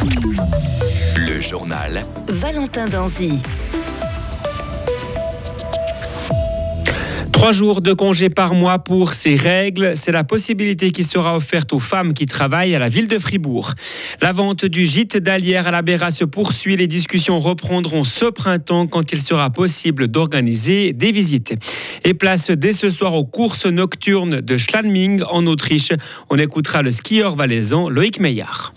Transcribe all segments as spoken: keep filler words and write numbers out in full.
Le journal Valentin Danzy. Trois jours de congé par mois pour ces règles, c'est la possibilité qui sera offerte aux femmes qui travaillent à la ville de Fribourg. La vente du gîte d'Alière à la Béra se poursuit. Les discussions reprendront ce printemps quand il sera possible d'organiser des visites. Et place dès ce soir aux courses nocturnes de Schladming en Autriche. On écoutera le skieur valaisan Loïc Meillard.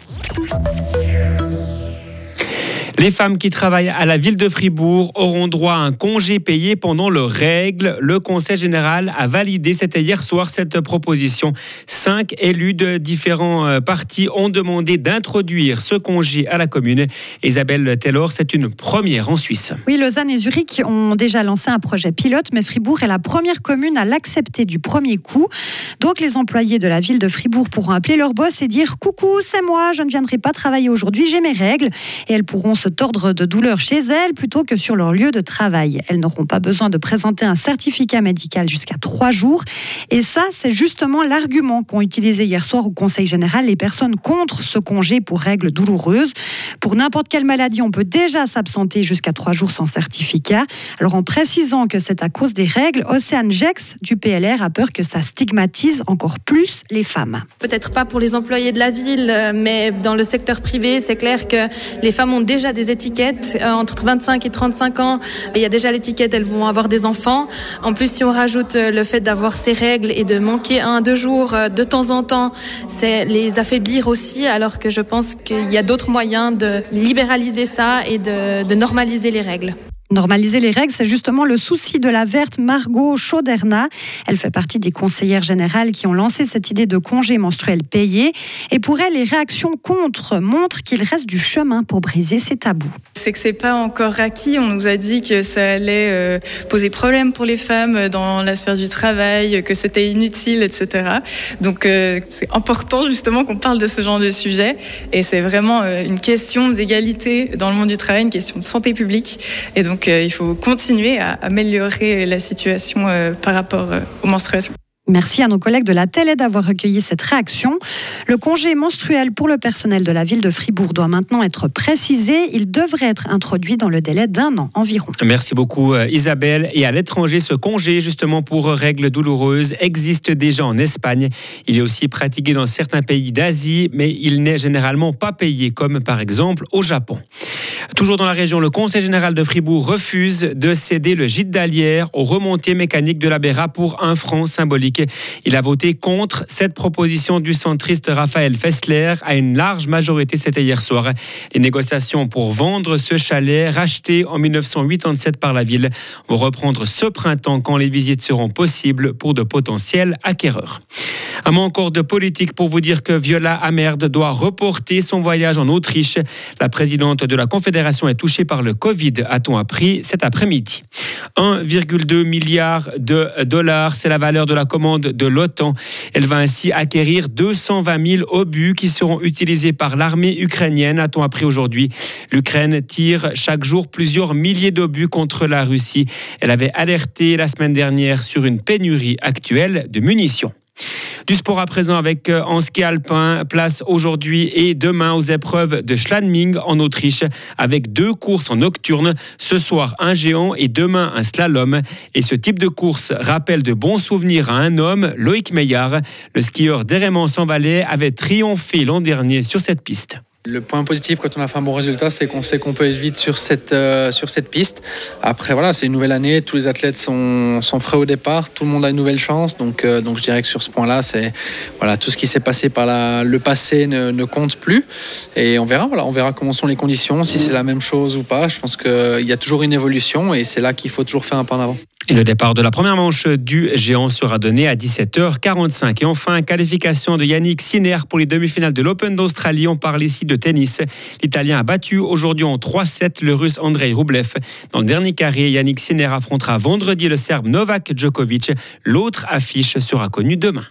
Les femmes qui travaillent à la ville de Fribourg auront droit à un congé payé pendant leurs règles. Le Conseil général a validé, c'était hier soir, cette proposition. Cinq élus de différents partis ont demandé d'introduire ce congé à la commune. Isabelle Taylor, c'est une première en Suisse. Oui, Lausanne et Zurich ont déjà lancé un projet pilote, mais Fribourg est la première commune à l'accepter du premier coup. Donc les employés de la ville de Fribourg pourront appeler leur boss et dire « Coucou, c'est moi, je ne viendrai pas travailler aujourd'hui, j'ai mes règles ». Et elles pourront se tordre de douleur chez elles plutôt que sur leur lieu de travail. Elles n'auront pas besoin de présenter un certificat médical jusqu'à trois jours. Et ça, c'est justement l'argument qu'ont utilisé hier soir au Conseil général les personnes contre ce congé pour règles douloureuses. Pour n'importe quelle maladie, on peut déjà s'absenter jusqu'à trois jours sans certificat. Alors en précisant que c'est à cause des règles, Océane Jex du P L R a peur que ça stigmatise encore plus les femmes. Peut-être pas pour les employés de la ville, mais dans le secteur privé, c'est clair que les femmes ont déjà des étiquettes. Euh, entre vingt-cinq et trente-cinq ans, il y a déjà l'étiquette, elles vont avoir des enfants. En plus, si on rajoute le fait d'avoir ces règles et de manquer un, deux jours de temps en temps, c'est les affaiblir aussi, alors que je pense qu'il y a d'autres moyens de libéraliser ça et de, de normaliser les règles. Normaliser les règles, c'est justement le souci de la verte Margot Chauderna. Elle fait partie des conseillères générales qui ont lancé cette idée de congé menstruel payé. Et pour elle, les réactions contre montrent qu'il reste du chemin pour briser ces tabous. C'est que c'est pas encore acquis. On nous a dit que ça allait euh, poser problème pour les femmes dans la sphère du travail, que c'était inutile, et cetera. Donc euh, c'est important justement qu'on parle de ce genre de sujet. Et c'est vraiment euh, une question d'égalité dans le monde du travail, une question de santé publique. Et donc Donc, euh, il faut continuer à améliorer la situation euh, par rapport euh, aux menstruations. Merci à nos collègues de la télé d'avoir recueilli cette réaction. Le congé menstruel pour le personnel de la ville de Fribourg doit maintenant être précisé. Il devrait être introduit dans le délai d'un an environ. Merci beaucoup Isabelle. Et à l'étranger, ce congé justement pour règles douloureuses existe déjà en Espagne. Il est aussi pratiqué dans certains pays d'Asie, mais il n'est généralement pas payé, comme par exemple au Japon. Toujours dans la région, le Conseil général de Fribourg refuse de céder le gîte d'Alière aux remontées mécaniques de la Béra pour un franc symbolique. Il a voté contre cette proposition du centriste Raphaël Fessler à une large majorité, c'était hier soir. Les négociations pour vendre ce chalet racheté en dix-neuf cent quatre-vingt-dix-sept par la ville vont reprendre ce printemps quand les visites seront possibles pour de potentiels acquéreurs. Un mot encore de politique pour vous dire que Viola Amherd doit reporter son voyage en Autriche. La présidente de la Confédération est touchée par le Covid, a-t-on appris cet après-midi. un virgule deux milliard de dollars, c'est la valeur de la commande de l'OTAN. Elle va ainsi acquérir deux cent vingt mille obus qui seront utilisés par l'armée ukrainienne, a-t-on appris aujourd'hui. L'Ukraine tire chaque jour plusieurs milliers d'obus contre la Russie. Elle avait alerté la semaine dernière sur une pénurie actuelle de munitions. Du sport à présent avec en ski alpin, place aujourd'hui et demain aux épreuves de Schladming en Autriche avec deux courses en nocturne. Ce soir un géant et demain un slalom. Et ce type de course rappelle de bons souvenirs à un homme, Loïc Meillard. Le skieur d'Hérémont-en-Valais avait triomphé l'an dernier sur cette piste. Le point positif quand on a fait un bon résultat, c'est qu'on sait qu'on peut être vite sur cette, euh, sur cette piste. Après, voilà, c'est une nouvelle année, tous les athlètes sont, sont frais au départ, tout le monde a une nouvelle chance. Donc, euh, donc je dirais que sur ce point-là, c'est, voilà, tout ce qui s'est passé par la, le passé ne, ne compte plus. Et on verra, voilà, on verra comment sont les conditions, si c'est la même chose ou pas. Je pense qu'il y a toujours une évolution et c'est là qu'il faut toujours faire un pas en avant. Et le départ de la première manche du géant sera donné à dix-sept heures quarante-cinq. Et enfin, qualification de Yannick Sinner pour les demi-finales de l'Open d'Australie. On parle ici de tennis. L'Italien a battu aujourd'hui en trois sept le Russe Andrei Rublev. Dans le dernier carré, Yannick Sinner affrontera vendredi le Serbe Novak Djokovic. L'autre affiche sera connue demain.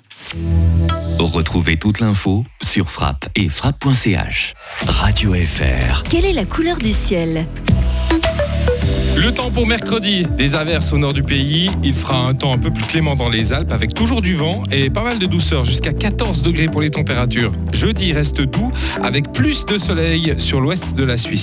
Retrouvez toute l'info sur Frappe et frappe point c h. Radio F R. Quelle est la couleur du ciel ? Le temps pour mercredi, des averses au nord du pays. Il fera un temps un peu plus clément dans les Alpes avec toujours du vent et pas mal de douceur, jusqu'à quatorze degrés pour les températures. Jeudi reste doux avec plus de soleil sur l'ouest de la Suisse.